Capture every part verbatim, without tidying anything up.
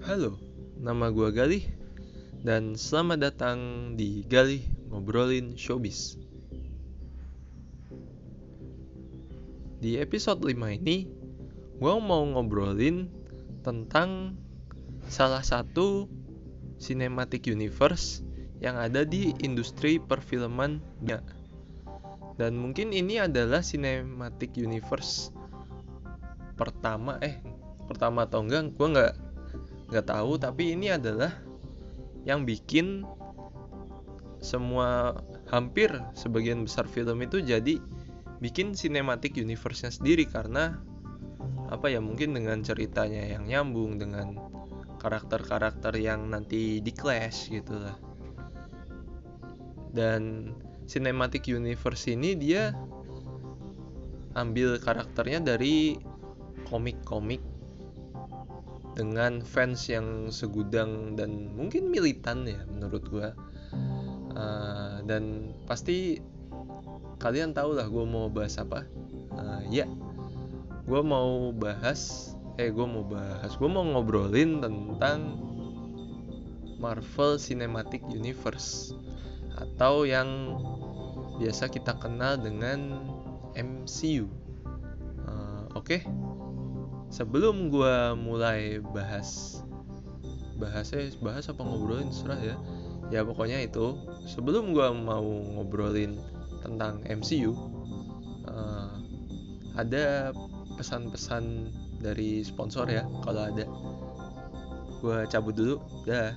Halo, nama gua Galih dan selamat datang di Galih Ngobrolin Showbiz. Di episode lima ini, gua mau ngobrolin tentang salah satu cinematic universe yang ada di industri perfilman dunia. Dan mungkin ini adalah cinematic universe pertama eh pertama atau enggak, gua nggak nggak tahu, tapi ini adalah yang bikin semua hampir sebagian besar film itu jadi bikin cinematic universe-nya sendiri karena apa ya, mungkin dengan ceritanya yang nyambung dengan karakter-karakter yang nanti di clash gitu lah. Dan cinematic universe ini dia ambil karakternya dari komik-komik dengan fans yang segudang dan mungkin militan ya menurut gue. Uh, dan pasti kalian tahu lah gue mau bahas apa. Uh, ya, gue mau bahas, eh gue mau bahas, gue mau ngobrolin tentang Marvel Cinematic Universe atau yang biasa kita kenal dengan M C U. Uh, Oke. Okay? Sebelum gue mulai bahas bahasnya bahas apa ngobrolin serah ya ya pokoknya itu, sebelum gue mau ngobrolin tentang M C U, uh, ada pesan-pesan dari sponsor ya kalau ada. Gue cabut dulu, dah.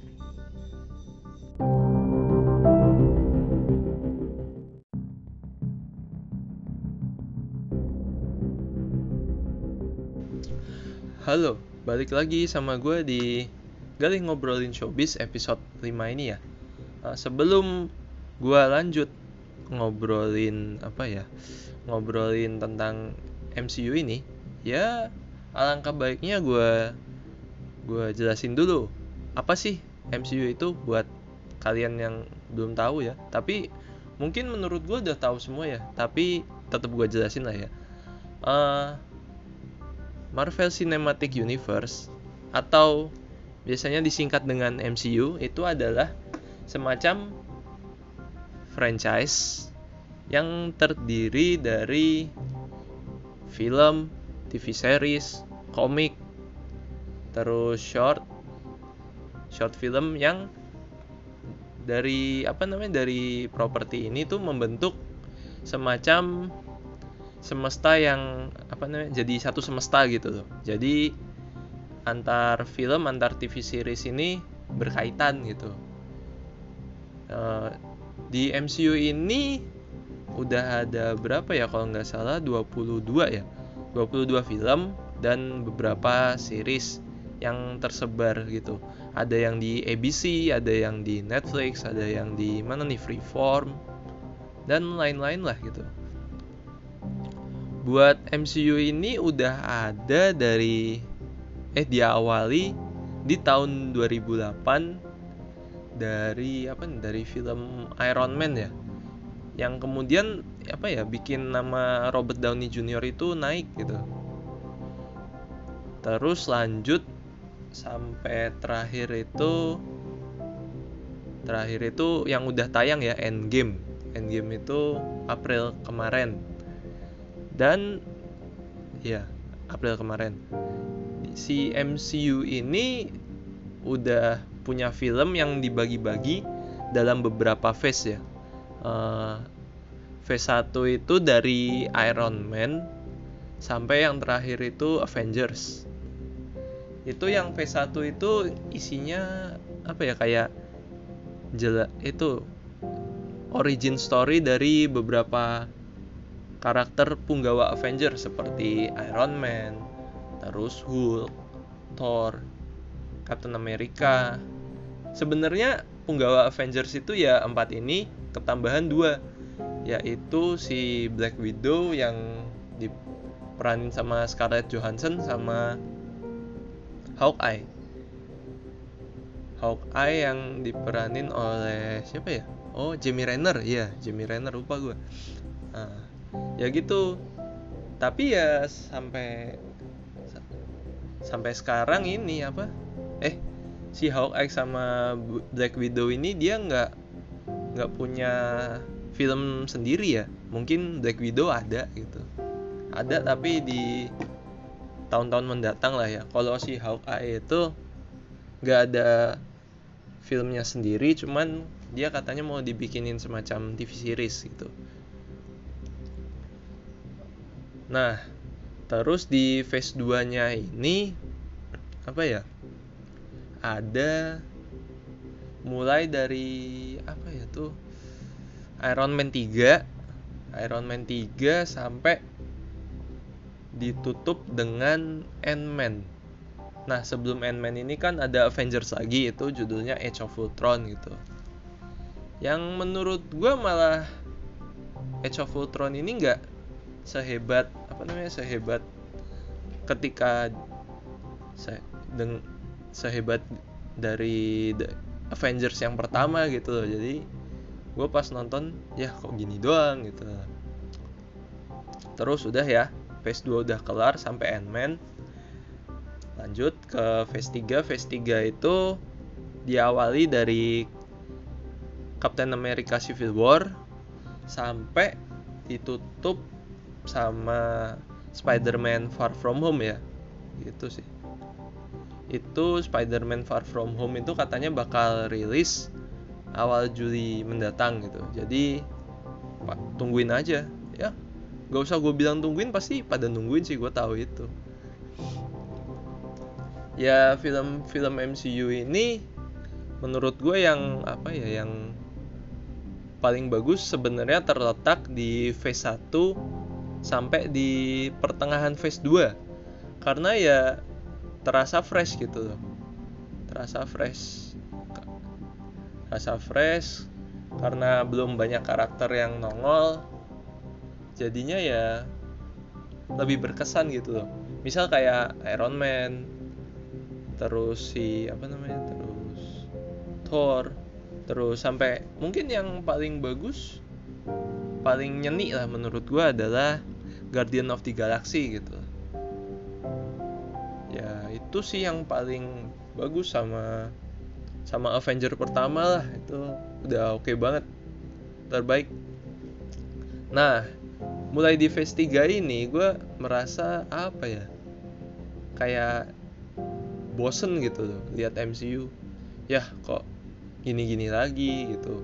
Halo, balik lagi sama gue di Galih Ngobrolin Showbiz episode lima ini ya. Uh, sebelum gue lanjut ngobrolin apa ya, ngobrolin tentang M C U ini, ya alangkah baiknya gue gue jelasin dulu apa sih M C U itu buat kalian yang belum tahu ya. Tapi mungkin menurut gue udah tahu semua ya, tapi tetap gue jelasin lah ya. Uh, Marvel Cinematic Universe atau biasanya disingkat dengan M C U itu adalah semacam franchise yang terdiri dari film, T V series, komik, terus short short film yang dari apa namanya dari properti ini tuh membentuk semacam semesta yang apa namanya jadi satu semesta gitu loh. Jadi antar film, antar T V series ini berkaitan gitu. Uh, di M C U ini udah ada berapa ya, kalau nggak salah dua puluh dua ya, dua puluh dua film dan beberapa series yang tersebar gitu. Ada yang di A B C, ada yang di Netflix, ada yang di mana nih Freeform dan lain-lain lah gitu. Buat M C U ini udah ada dari eh diawali di tahun dua ribu delapan dari apa nih dari film Iron Man ya, yang kemudian apa ya bikin nama Robert Downey Junior itu naik gitu. Terus lanjut sampai terakhir itu terakhir itu yang udah tayang ya, Endgame. Endgame itu April kemarin. Dan ya April kemarin si M C U ini udah punya film yang dibagi-bagi dalam beberapa phase ya. uh, Phase satu itu dari Iron Man sampai yang terakhir itu Avengers. Itu yang phase satu itu isinya apa ya, kayak jela, itu origin story dari beberapa karakter punggawa Avengers seperti Iron Man, terus Hulk, Thor, Captain America. Sebenarnya punggawa Avengers itu ya empat ini, ketambahan dua, yaitu si Black Widow yang diperanin sama Scarlett Johansson sama Hawkeye. Hawkeye yang diperanin oleh siapa ya? Oh, Jeremy Renner, ya Jeremy Renner, lupa gue. Nah, ya gitu. Tapi ya sampai sampai sekarang ini apa eh si Hawkeye sama Black Widow ini dia nggak nggak punya film sendiri ya. Mungkin Black Widow ada gitu, ada tapi di tahun-tahun mendatang lah ya. Kalau si Hawkeye itu nggak ada filmnya sendiri, cuman dia katanya mau dibikinin semacam T V series gitu. Nah, terus di phase dua nya ini apa ya, ada mulai dari apa ya tuh, Iron Man tiga Iron Man tiga sampai ditutup dengan Ant-Man. Nah, sebelum Ant-Man ini kan ada Avengers lagi, itu judulnya Age of Ultron gitu. Yang menurut gue malah Age of Ultron ini nggak sehebat apa namanya sehebat ketika se, deng, sehebat dari The Avengers yang pertama gitu loh. Jadi gue pas nonton ya kok gini doang gitu. Terus udah ya, phase dua udah kelar sampai Ant-Man. Lanjut ke phase tiga. Phase tiga itu diawali dari Captain America Civil War sampai ditutup sama Spider-Man Far From Home ya. Gitu sih. Itu Spider-Man Far From Home itu katanya bakal rilis awal Juli mendatang gitu. Jadi Pak, tungguin aja ya. Gak usah gue bilang tungguin, pasti pada nungguin sih, gue tahu itu. Ya film-film M C U ini menurut gue yang apa ya, yang paling bagus sebenarnya terletak di phase satu sampai di pertengahan phase dua. Karena ya terasa fresh gitu loh. Terasa fresh. Terasa fresh karena belum banyak karakter yang nongol. Jadinya ya lebih berkesan gitu loh. Misal kayak Iron Man, terus si apa namanya, terus Thor, terus sampai mungkin yang paling bagus, paling nyeni lah menurut gue adalah Guardian of the Galaxy gitu. Ya itu sih yang paling bagus sama sama Avenger pertama lah, itu udah oke okay banget, terbaik. Nah, mulai di phase tiga ini gue merasa apa ya, kayak bosen gitu loh lihat M C U. Ya kok gini-gini lagi gitu.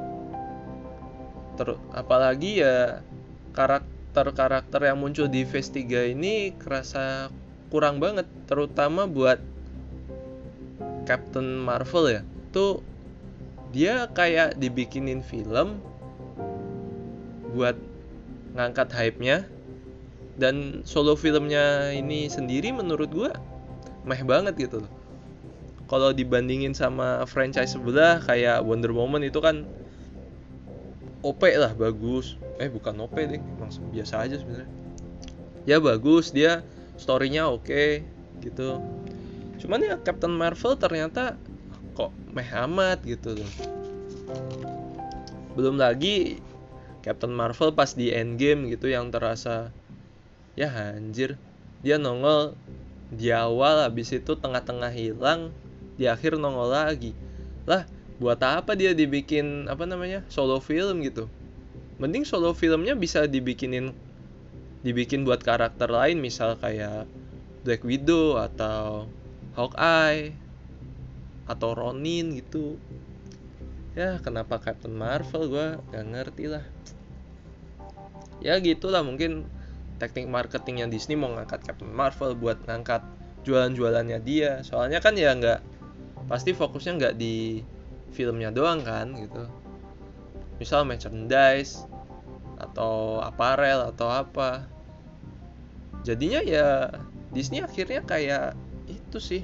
Ter- apalagi ya karakter-karakter yang muncul di phase tiga ini kerasa kurang banget, terutama buat Captain Marvel ya. Tuh dia kayak dibikinin film buat ngangkat hype-nya, dan solo filmnya ini sendiri menurut gue meh banget gitu loh. Kalau dibandingin sama franchise sebelah kayak Wonder Woman itu kan O P lah, bagus. Eh bukan O P deh, langsung biasa aja sebenarnya. Ya bagus, dia story-nya oke okay, gitu. Cuman ya Captain Marvel ternyata kok meh amat gitu loh. Belum lagi Captain Marvel pas di Endgame gitu yang terasa ya anjir, dia nongol di awal, habis itu tengah-tengah hilang, di akhir nongol lagi. Lah, buat apa dia dibikin apa namanya solo film gitu? Mending solo filmnya bisa dibikinin dibikin buat karakter lain, misal kayak Black Widow atau Hawkeye atau Ronin gitu. Ya kenapa Captain Marvel, gue gak ngerti lah. Ya gitulah, mungkin teknik marketingnya Disney mau ngangkat Captain Marvel buat ngangkat jualan-jualannya dia. Soalnya kan ya nggak, pasti fokusnya nggak di filmnya doang kan gitu. Misal merchandise atau apparel atau apa. Jadinya ya Disney akhirnya kayak itu sih,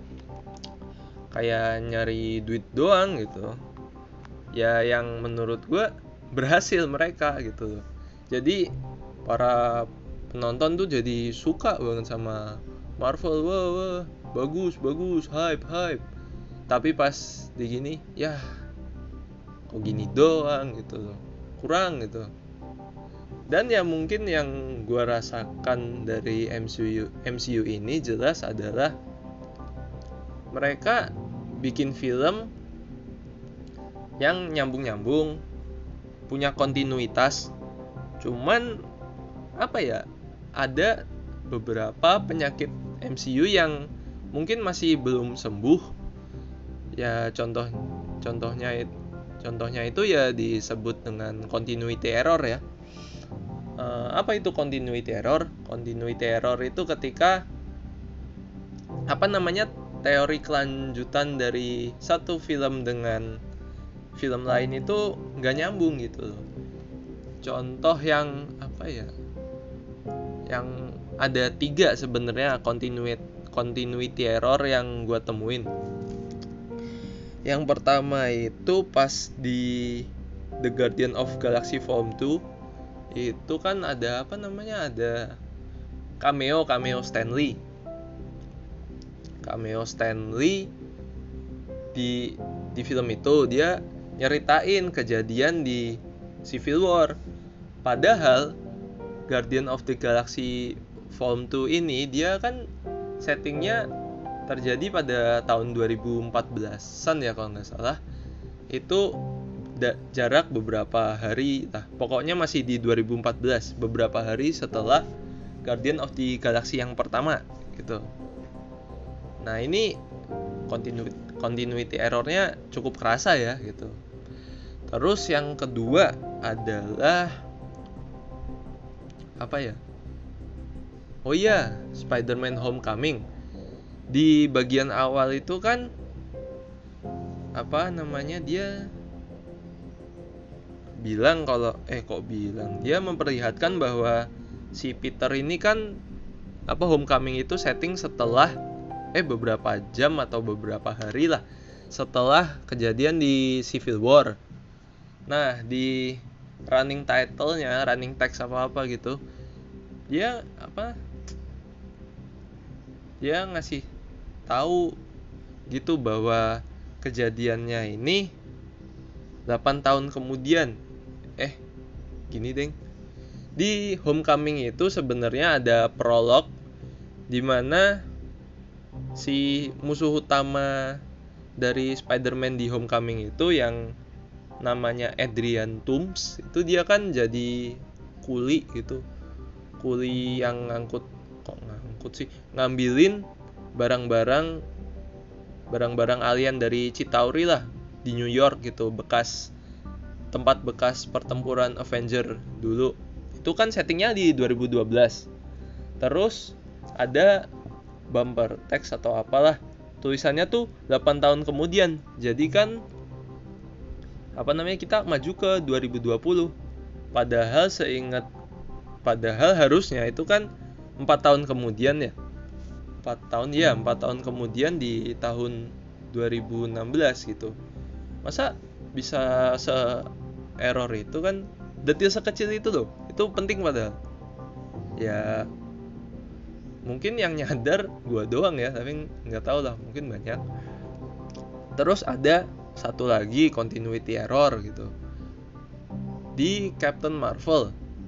kayak nyari duit doang gitu. Ya yang menurut gue berhasil mereka gitu. Jadi para penonton tuh jadi suka banget sama Marvel. Wah, wah, bagus, bagus, hype, hype. Tapi pas di gini, ya kok gini doang gitu loh, kurang gitu. Dan ya mungkin yang gue rasakan dari M C U M C U ini jelas adalah mereka bikin film yang nyambung-nyambung, punya kontinuitas. Cuman apa ya, ada beberapa penyakit M C U yang mungkin masih belum sembuh. Ya contoh contohnya contohnya itu ya disebut dengan continuity error ya. Uh, apa itu continuity error? Continuity error itu ketika apa namanya teori kelanjutan dari satu film dengan film lain itu nggak nyambung gitu loh. Contoh yang apa ya? Yang ada tiga sebenarnya continuity continuity error yang gue temuin. Yang pertama itu pas di The Guardian of Galaxy Volume two itu kan ada apa namanya ada cameo cameo Stanley. Cameo Stanley di di film itu dia nyeritain kejadian di Civil War. Padahal Guardian of the Galaxy Volume two ini dia kan settingnya terjadi pada tahun dua ribu empat belasan ya kalau nggak salah. Itu da- jarak beberapa hari, nah pokoknya masih di dua ribu empat belas, beberapa hari setelah Guardian of the Galaxy yang pertama gitu. Nah ini continuity, continuity errornya cukup kerasa ya gitu. Terus yang kedua adalah apa ya? Oh iya, Spider-Man Homecoming. Di bagian awal itu kan apa namanya dia bilang kalau eh kok bilang dia memperlihatkan bahwa si Peter ini kan apa Homecoming itu setting setelah eh beberapa jam atau beberapa hari lah setelah kejadian di Civil War. Nah, di running title-nya, running text apa-apa gitu, dia apa dia ngasih tahu gitu bahwa kejadiannya ini delapan tahun kemudian. Eh, gini deng. Di Homecoming itu sebenarnya ada prolog di mana si musuh utama dari Spider-Man di Homecoming itu yang namanya Adrian Toomes itu dia kan jadi kuli gitu. Kuli yang ngangkut kok ngangkut sih ngambilin barang-barang barang-barang alien dari Chitauri lah di New York gitu, bekas tempat bekas pertempuran Avenger dulu. Itu kan settingnya di dua ribu dua belas. Terus ada bumper text atau apalah, tulisannya tuh delapan tahun kemudian. Jadi kan apa namanya kita maju ke dua ribu dua puluh. Padahal seingat padahal harusnya itu kan empat tahun kemudian ya. empat tahun ya, empat tahun kemudian di tahun dua ribu enam belas gitu. Masa bisa se-error itu kan, detail sekecil itu loh. Itu penting padahal. Ya mungkin yang nyadar gua doang ya, tapi nggak tahu lah, mungkin banyak. Terus ada satu lagi continuity error gitu. Di Captain Marvel.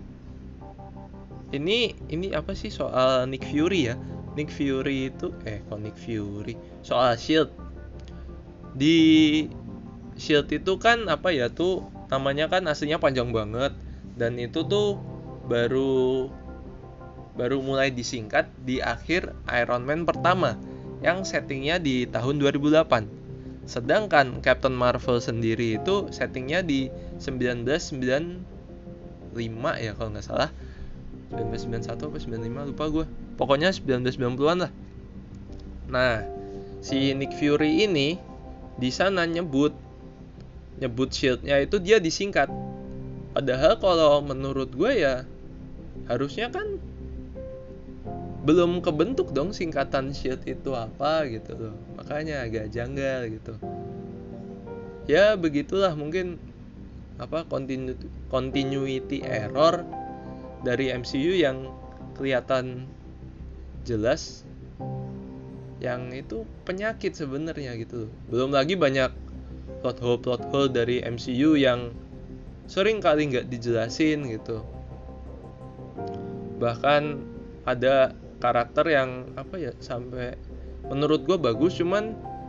Ini ini apa sih soal Nick Fury ya? Nick Fury itu eh kok Nick Fury soal Shield. Di Shield itu kan apa ya tuh namanya kan aslinya panjang banget dan itu tuh baru baru mulai disingkat di akhir Iron Man pertama yang settingnya di tahun dua ribu delapan. Sedangkan Captain Marvel sendiri itu settingnya di sembilan belas sembilan puluh lima ya kalau nggak salah. sembilan belas sembilan puluh satu atau sembilan puluh lima lupa gue. Pokoknya sembilan belas sembilan puluhan lah. Nah, si Nick Fury ini di sana nyebut nyebut shield-nya itu dia disingkat. Padahal kalau menurut gue ya harusnya kan belum kebentuk dong singkatan shield itu apa gitu loh. Makanya agak janggal gitu. Ya begitulah mungkin apa continu- continuity error dari M C U yang kelihatan jelas, yang itu penyakit sebenarnya gitu. Belum lagi banyak plot hole plot hole dari M C U yang sering kali nggak dijelasin gitu. Bahkan ada karakter yang apa ya sampai menurut gue bagus cuman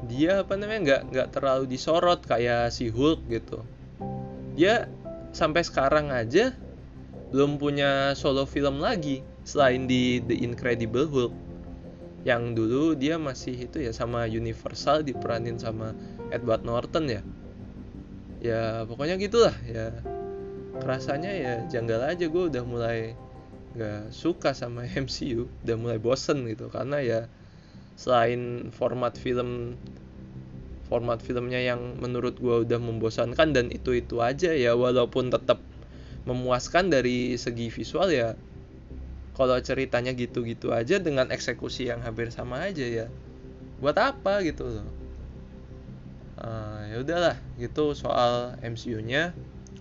dia apa namanya nggak nggak terlalu disorot kayak si Hulk gitu. Dia sampai sekarang aja belum punya solo film lagi selain di The Incredible Hulk, yang dulu dia masih itu ya sama Universal diperanin sama Edward Norton ya. Ya pokoknya gitulah ya. Rasanya ya janggal aja, gue udah mulai gak suka sama M C U, udah mulai bosen gitu, karena ya selain format film format filmnya yang menurut gue udah membosankan dan itu-itu aja ya, walaupun tetap memuaskan dari segi visual ya, kalau ceritanya gitu-gitu aja dengan eksekusi yang hampir sama aja ya buat apa gitu loh. Uh, ya udahlah gitu soal M C U-nya.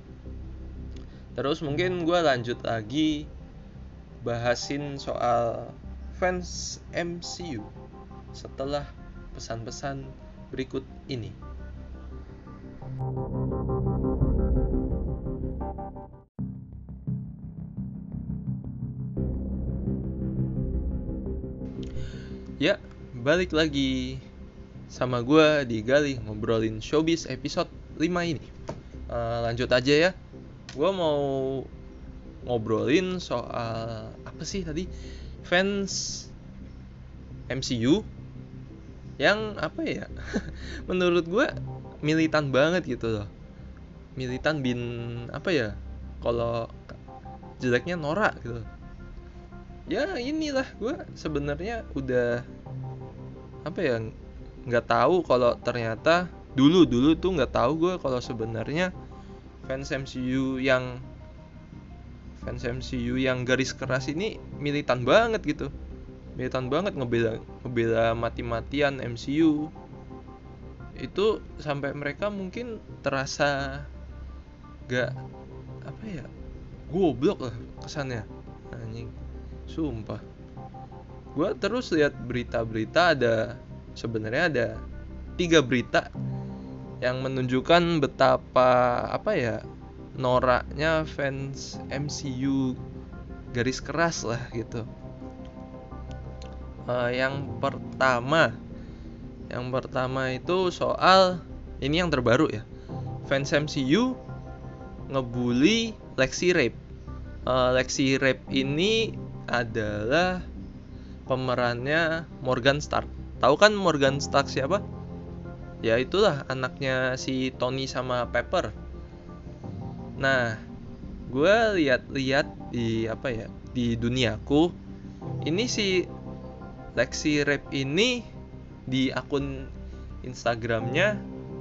Terus mungkin gue lanjut lagi bahasin soal fans M C U setelah pesan-pesan berikut ini. Ya, balik lagi sama gue di Galih ngobrolin showbiz episode lima ini. Uh, lanjut aja ya. Gue mau ngobrolin soal apa sih tadi, fans M C U yang apa ya menurut gue militan banget gitu loh. Militan bin apa ya, kalau jeleknya norak gitu. Ya inilah gue sebenarnya udah apa ya, nggak tahu kalau ternyata dulu dulu tuh nggak tahu gue kalau sebenarnya fans M C U yang fans M C U yang garis keras ini militan banget gitu, militan banget ngebela ngebela mati-matian M C U itu, sampai mereka mungkin terasa gak apa ya, goblok lah kesannya, anjing sumpah. Gue terus lihat berita-berita, ada sebenarnya ada tiga berita yang menunjukkan betapa apa ya noraknya fans M C U garis keras lah gitu. Uh, yang pertama, yang pertama itu soal ini yang terbaru ya, fans M C U ngebully Lexi Rape. Uh, Lexi Rape ini adalah pemerannya Morgan Stark. Tahu kan Morgan Stark siapa? Ya itulah anaknya si Tony sama Pepper. Nah, gue lihat-lihat di apa ya, di duniaku ini si Lexi Rape ini di akun Instagramnya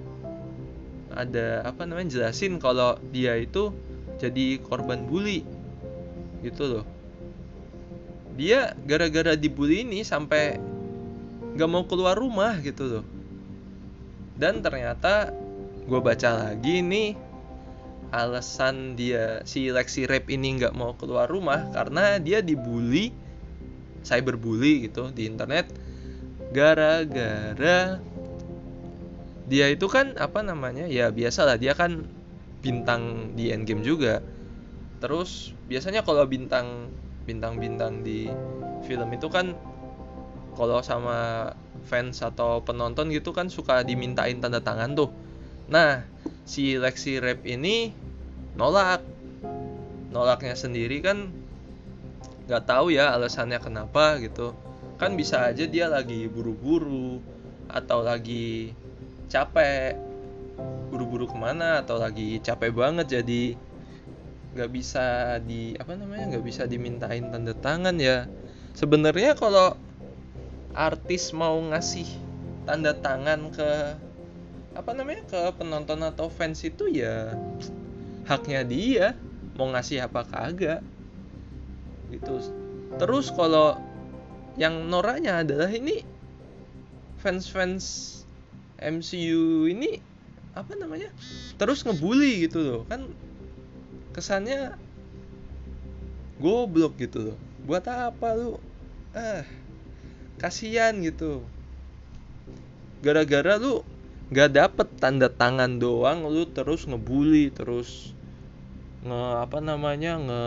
ada apa namanya jelasin kalau dia itu jadi korban bully gitu loh. Dia gara-gara dibully ini sampai gak mau keluar rumah gitu loh. Dan ternyata gue baca lagi nih, alasan dia si Lexi Rape ini gak mau keluar rumah karena dia dibully, cyberbully gitu di internet, gara-gara dia itu kan apa namanya ya, biasalah dia kan bintang di Endgame juga. Terus biasanya kalau bintang bintang-bintang di film itu kan kalau sama fans atau penonton gitu kan suka dimintain tanda tangan tuh. Nah, si Lexi Rape ini nolak. Nolaknya sendiri kan gak tahu ya alasannya kenapa gitu. Kan bisa aja dia lagi buru-buru atau lagi capek, buru-buru kemana atau lagi capek banget jadi gak bisa di apa namanya gak bisa dimintain tanda tangan ya. Sebenarnya kalau artis mau ngasih tanda tangan ke apa namanya ke penonton atau fans itu ya haknya dia mau ngasih apa kagak gitu. Terus kalau yang noraknya adalah ini fans-fans M C U ini apa namanya terus ngebully gitu loh, kan kesannya goblok gitu loh. Buat apa lu ah kasihan gitu, gara-gara lu gak dapet tanda tangan doang lu terus ngebully, terus nge apa namanya nge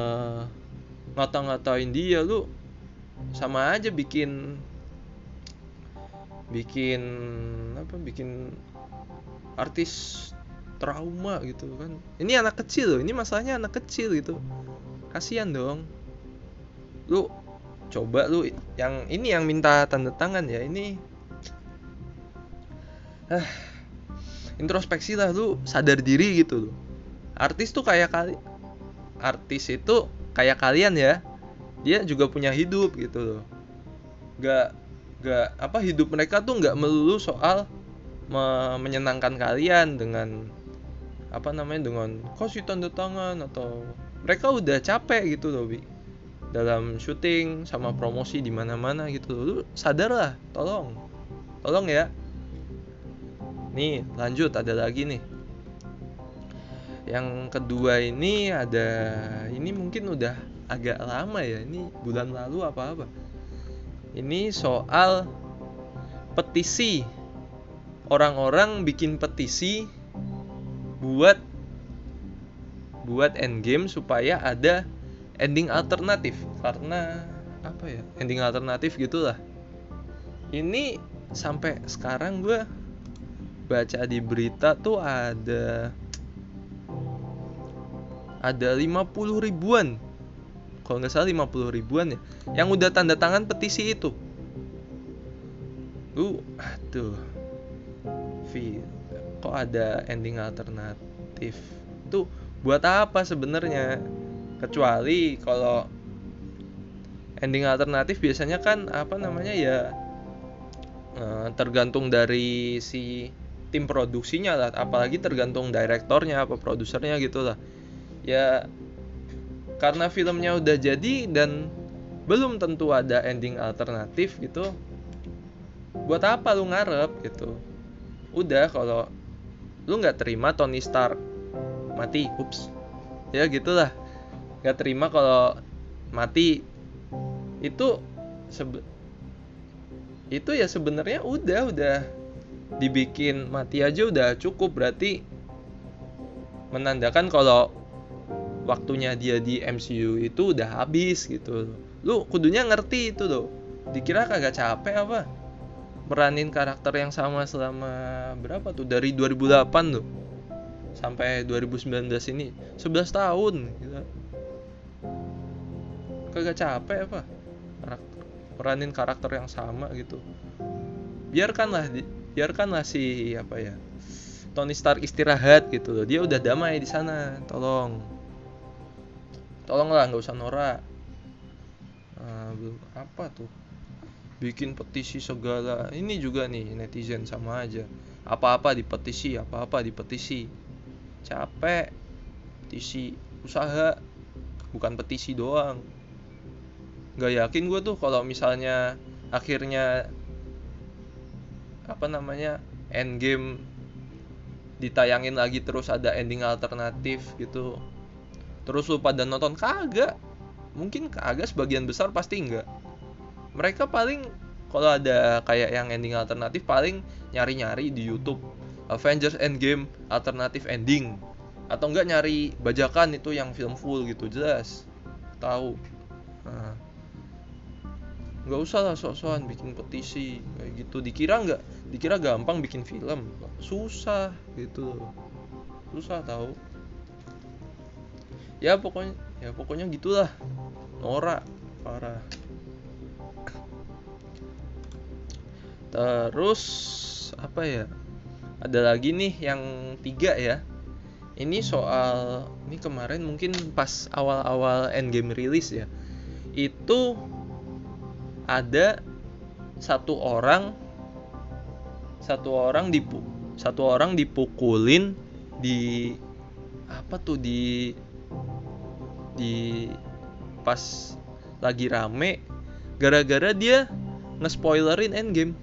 ngata-ngatain dia. Lu sama aja bikin bikin apa bikin artis trauma gitu kan. Ini anak kecil loh, ini masalahnya anak kecil gitu, kasihan dong. Lu coba lu yang ini yang minta tanda tangan ya, ini ah, introspeksi lah, lu sadar diri gitu loh. Artis tuh kayak kali artis itu kayak kalian ya, dia juga punya hidup gitu loh. Gak gak apa hidup mereka tuh nggak melulu soal me- menyenangkan kalian dengan apa namanya dengan kasih tanda tangan, atau mereka udah capek gitu loh Bi, dalam syuting sama promosi di mana-mana gitu loh. Lu sadar lah, tolong tolong ya. Nih lanjut, ada lagi nih yang kedua. Ini ada, ini mungkin udah agak lama ya, ini bulan lalu apa-apa. Ini soal petisi. Orang-orang bikin petisi buat buat endgame supaya ada ending alternatif, karena apa ya, ending alternatif gitulah. Ini sampai sekarang gue baca di berita tuh ada ada lima puluh ribuan, kalau nggak salah lima puluh ribuan ya, yang udah tanda tangan petisi itu. Uh, aduh, Vi, kok ada ending alternatif? Tuh buat apa sebenarnya? Kecuali kalau ending alternatif biasanya kan apa namanya ya, eh, tergantung dari si tim produksinya lah, apalagi tergantung direktornya apa produsernya gitu lah. Ya karena filmnya udah jadi dan belum tentu ada ending alternatif gitu, buat apa lu ngarep gitu. Udah, kalau lu nggak terima Tony Stark mati, ups, ya gitulah, nggak terima kalau mati, itu sebe- itu ya sebenarnya udah udah dibikin mati aja udah cukup, berarti menandakan kalau waktunya dia di M C U itu udah habis gitu. Lu kudunya ngerti itu loh. Dikira kagak capek apa meranin karakter yang sama selama berapa tuh, dari dua ribu delapan tuh sampai dua ribu sembilan belas ini, sebelas tahun gitu. Kagak capek apa karakter, meranin karakter yang sama gitu. Biarkanlah biarkanlah si apa ya, Tony Stark istirahat gitu loh. Dia udah damai di sana. Tolong, tolonglah, nggak usah norak. Nah, belum apa tuh, bikin petisi segala. Ini juga nih netizen sama aja. Apa-apa dipetisi, apa-apa dipetisi. Capek. Petisi usaha, bukan petisi doang. Gak yakin gue tuh kalau misalnya akhirnya apa namanya endgame ditayangin lagi terus ada ending alternatif gitu, terus lu pada nonton, kagak. Mungkin kagak, sebagian besar pasti enggak. Mereka paling kalau ada kayak yang ending alternatif paling nyari-nyari di YouTube Avengers Endgame alternative ending, atau enggak nyari bajakan itu yang film full gitu, jelas tahu. Nah, nggak usah lah sok-sokan bikin petisi kayak gitu. Dikira nggak dikira gampang bikin film, susah gitu, susah tahu. Ya pokoknya ya pokoknya gitulah, norak parah. Terus apa ya, ada lagi nih yang tiga ya. Ini soal, ini kemarin mungkin pas awal-awal Endgame rilis ya, itu ada satu orang satu orang dipu satu orang dipukulin di apa tuh, di di pas lagi rame gara-gara dia nge-spoilerin Endgame.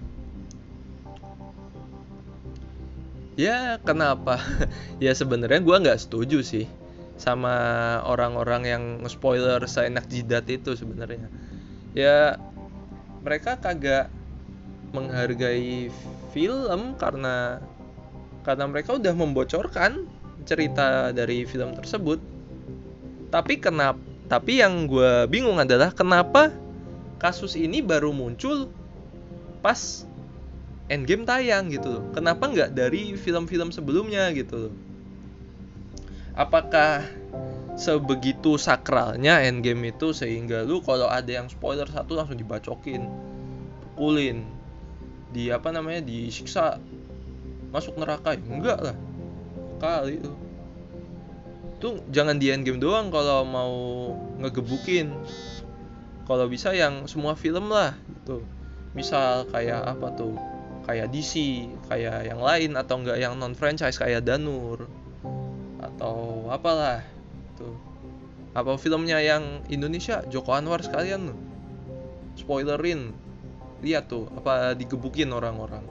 Ya kenapa? Ya sebenarnya gue nggak setuju sih sama orang-orang yang nge-spoiler seenak jidat itu sebenarnya. Ya mereka kagak menghargai film karena karena mereka udah membocorkan cerita dari film tersebut. Tapi kenapa? Tapi yang gue bingung adalah kenapa kasus ini baru muncul pas Endgame tayang gitu loh. Kenapa nggak dari film-film sebelumnya gitu loh? Apakah sebegitu sakralnya Endgame itu sehingga lu kalau ada yang spoiler satu langsung dibacokin, pukulin, di apa namanya disiksa, masuk neraka? Ya, enggak lah kali tuh. Tuh jangan di Endgame doang kalau mau ngegebukin. Kalau bisa yang semua film lah gitu. Misal kayak apa tuh? Kayak D C, kayak yang lain, atau enggak yang non franchise kayak Danur atau apalah tuh. Apa filmnya yang Indonesia Joko Anwar sekalian spoilerin. Lihat tuh apa digebukin orang-orang.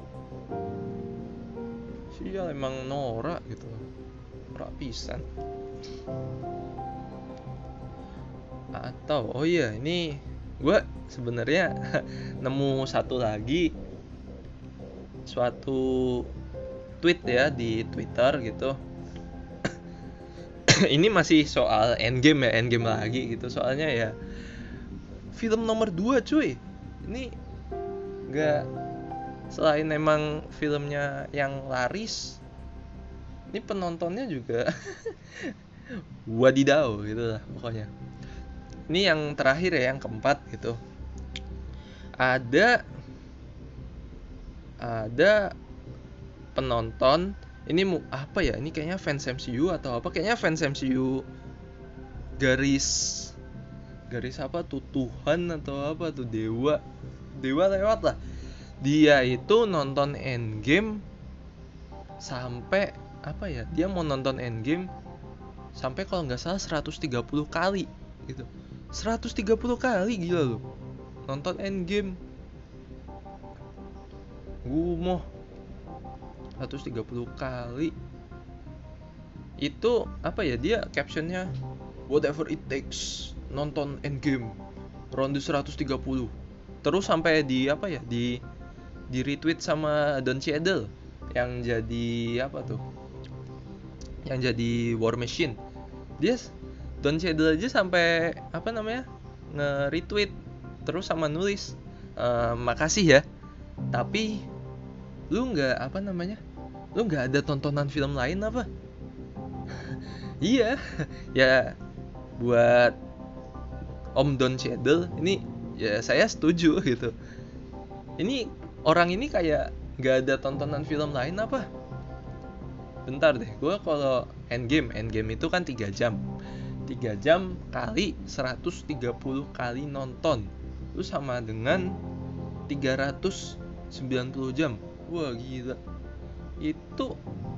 Sial emang norak gitu. Norak pisan. Atau oh iya ini gue sebenarnya nemu satu lagi suatu tweet ya di Twitter gitu. Ini masih soal Endgame ya, Endgame lagi gitu. Soalnya ya film nomor dua cuy. Ini gak, selain emang filmnya yang laris, ini penontonnya juga wadidaw gitu lah pokoknya. Ini yang terakhir ya, yang keempat gitu. Ada ada penonton, ini mu, apa ya? Ini kayaknya fans M C U atau apa? Kayaknya fans M C U garis garis apa tuh, Tuhan atau apa tuh, dewa. Dewa lewat lah. Dia itu nonton Endgame sampai apa ya? Dia mau nonton Endgame sampai kalau nggak salah seratus tiga puluh kali gitu. seratus tiga puluh kali, gila loh. Nonton Endgame. Gumoh. seratus tiga puluh kali. Itu apa ya, dia captionnya whatever it takes, nonton Endgame ronde seratus tiga puluh. Terus sampai di apa ya, di di retweet sama Don Cheadle yang jadi apa tuh, yang jadi War Machine. Dia Don Cheadle aja sampai apa namanya nge-retweet terus sama nulis e, makasih ya, tapi lu nggak apa namanya lu nggak ada tontonan film lain apa? Iya ya, buat Om Don Cheadle ini ya saya setuju gitu. Ini orang ini kayak nggak ada tontonan film lain apa? Bentar deh, gue kalau Endgame Endgame itu kan tiga jam tiga jam kali seratus tiga puluh kali nonton, itu sama dengan tiga ratus sembilan puluh jam. Wah gila. Itu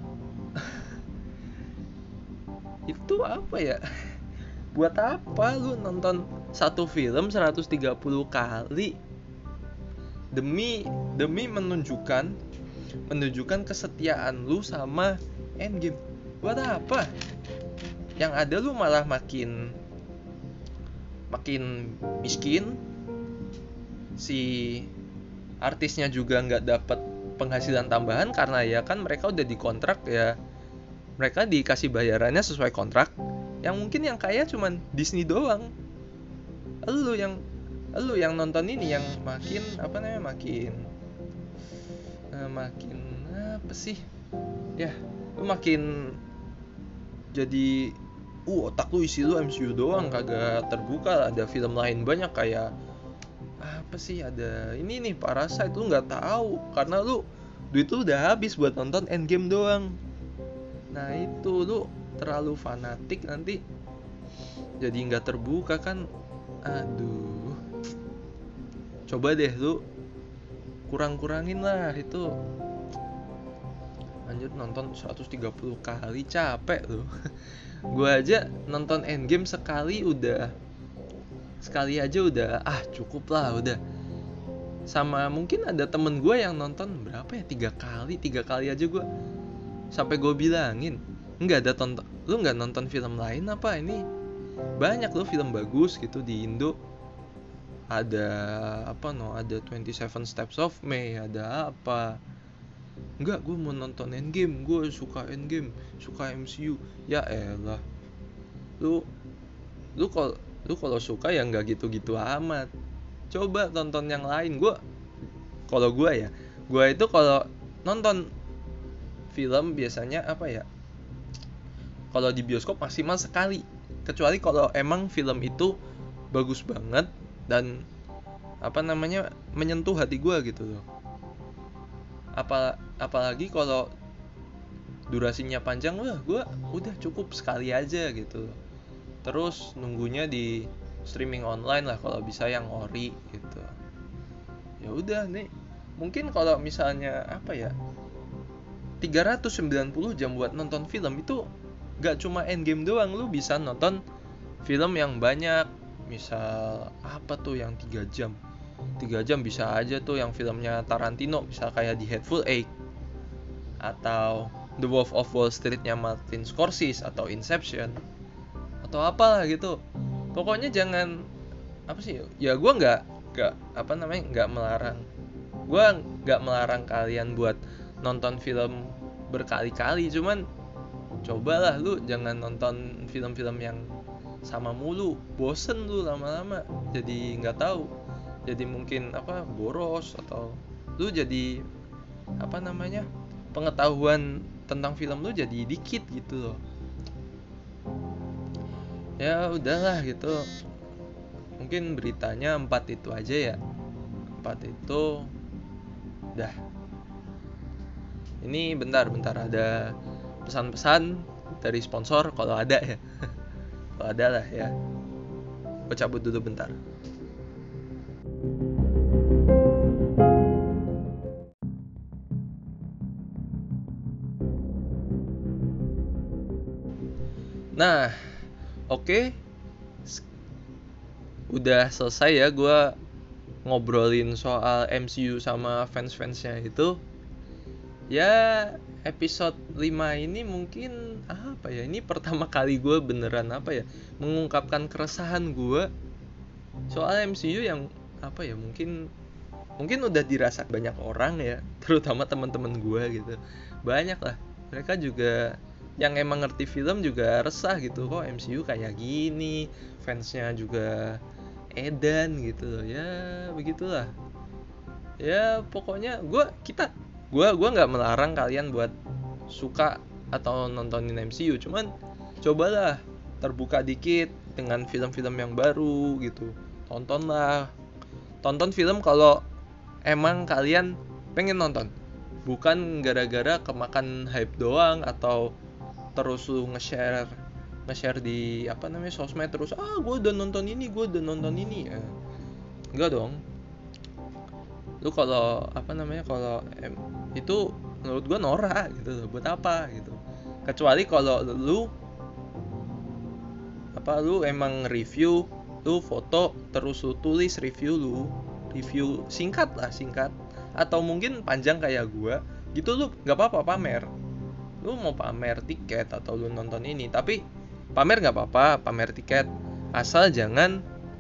itu apa ya? Buat apa lu nonton satu film seratus tiga puluh kali demi demi menunjukkan menunjukkan kesetiaan lu sama Endgame? Buat apa? Yang ada lu malah makin makin miskin. Si artisnya juga nggak dapat penghasilan tambahan karena ya kan mereka udah dikontrak ya, mereka dikasih bayarannya sesuai kontrak. Yang mungkin yang kaya cuman Disney doang. Lu yang lu yang nonton ini yang makin apa namanya makin uh, makin apa sih ya, lu makin jadi uh otak lu isi lu M C U doang, kagak terbuka. Ada film lain banyak kayak apa sih, ada ini nih Parasite, lu nggak tahu karena lu duit lu udah habis buat nonton Endgame doang. Nah itu lu terlalu fanatik, nanti jadi nggak terbuka kan. Aduh, coba deh lu kurang-kurangin lah itu. Anjir, nonton seratus tiga puluh kali capek lu. Gua aja nonton Endgame sekali udah sekali aja udah ah cukup lah udah. Sama mungkin ada temen gue yang nonton berapa ya, tiga kali tiga kali aja gue sampai gue bilangin nggak ada tonton, lu nggak nonton film lain apa? Ini banyak loh film bagus gitu di Indo. Ada apa no, ada twenty-seven Steps of May, ada apa. Enggak, gue mau nonton Endgame, gue suka Endgame, suka M C U. Ya elah, lu lu kalau lu kalau suka ya nggak gitu-gitu amat. Coba tonton yang lain. Gue kalau gue ya Gue itu kalau nonton film biasanya apa ya, kalau di bioskop maksimal sekali, kecuali kalau emang film itu bagus banget dan apa namanya menyentuh hati gue gitu loh. Apa apalagi kalau durasinya panjang, wah gue udah cukup sekali aja gitu. Terus nunggunya di streaming online lah kalau bisa yang ori gitu. Ya udah nih, mungkin kalau misalnya apa ya, tiga ratus sembilan puluh jam buat nonton film itu gak cuma Endgame doang, lu bisa nonton film yang banyak. Misal apa tuh yang tiga jam tiga jam bisa aja tuh yang filmnya Tarantino, misal kayak The Hateful Eight atau The Wolf of Wall Street-nya Martin Scorsese atau Inception atau apalah gitu. Pokoknya jangan apa sih ya, gue nggak nggak apa namanya nggak melarang gue nggak melarang kalian buat nonton film berkali-kali, cuman cobalah lu jangan nonton film-film yang sama mulu, bosen lu lama-lama, jadi nggak tahu, jadi mungkin apa boros, atau lu jadi apa namanya pengetahuan tentang film lu jadi dikit gitu loh. Ya udahlah gitu, mungkin beritanya empat itu aja ya, empat itu dah. Ini bentar-bentar ada pesan-pesan dari sponsor kalau ada ya. Kalau ada lah ya. Gue cabut dulu bentar. Nah, oke. Okay. Udah selesai ya gue ngobrolin soal M C U sama fans-fansnya itu. Ya episode lima ini mungkin apa ya, ini pertama kali gue beneran apa ya mengungkapkan keresahan gue soal M C U yang apa ya, mungkin mungkin udah dirasa banyak orang ya, terutama teman-teman gue gitu. Banyak lah, mereka juga yang emang ngerti film juga resah gitu, kok M C U kayak gini, fansnya juga edan gitu. Ya begitulah. Ya pokoknya gue kita gue gue nggak melarang kalian buat suka atau nontonin M C U, cuman cobalah terbuka dikit dengan film-film yang baru gitu. Tontonlah, tonton film kalau emang kalian pengen nonton, bukan gara-gara kemakan hype doang atau terus lu nge-share nge-share di apa namanya sosmed terus, ah gue udah nonton ini gue udah nonton ini ya. Enggak dong. Lu kalau apa namanya kalau em, itu menurut gue norak gitu, buat apa gitu. Kecuali kalau lu apa lu emang review, lu foto terus lu tulis review lu, review singkat lah singkat atau mungkin panjang kayak gue gitu, lu nggak apa-apa pamer. Lu mau pamer tiket atau lu nonton ini, tapi pamer nggak apa-apa, pamer tiket, asal jangan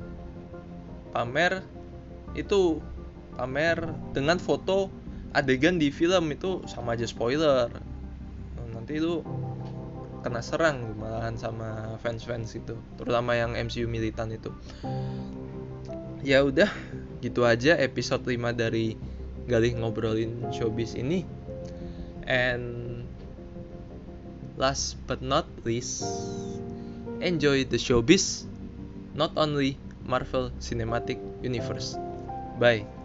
pamer itu pamer dengan foto adegan di film, itu sama aja spoiler. Nanti lu kena serang malahan sama fans-fans itu, terutama yang M C U militan itu. Ya udah, gitu aja episode lima dari Galih Ngobrolin Showbiz ini. And last but not least, enjoy the showbiz, not only Marvel Cinematic Universe. Bye.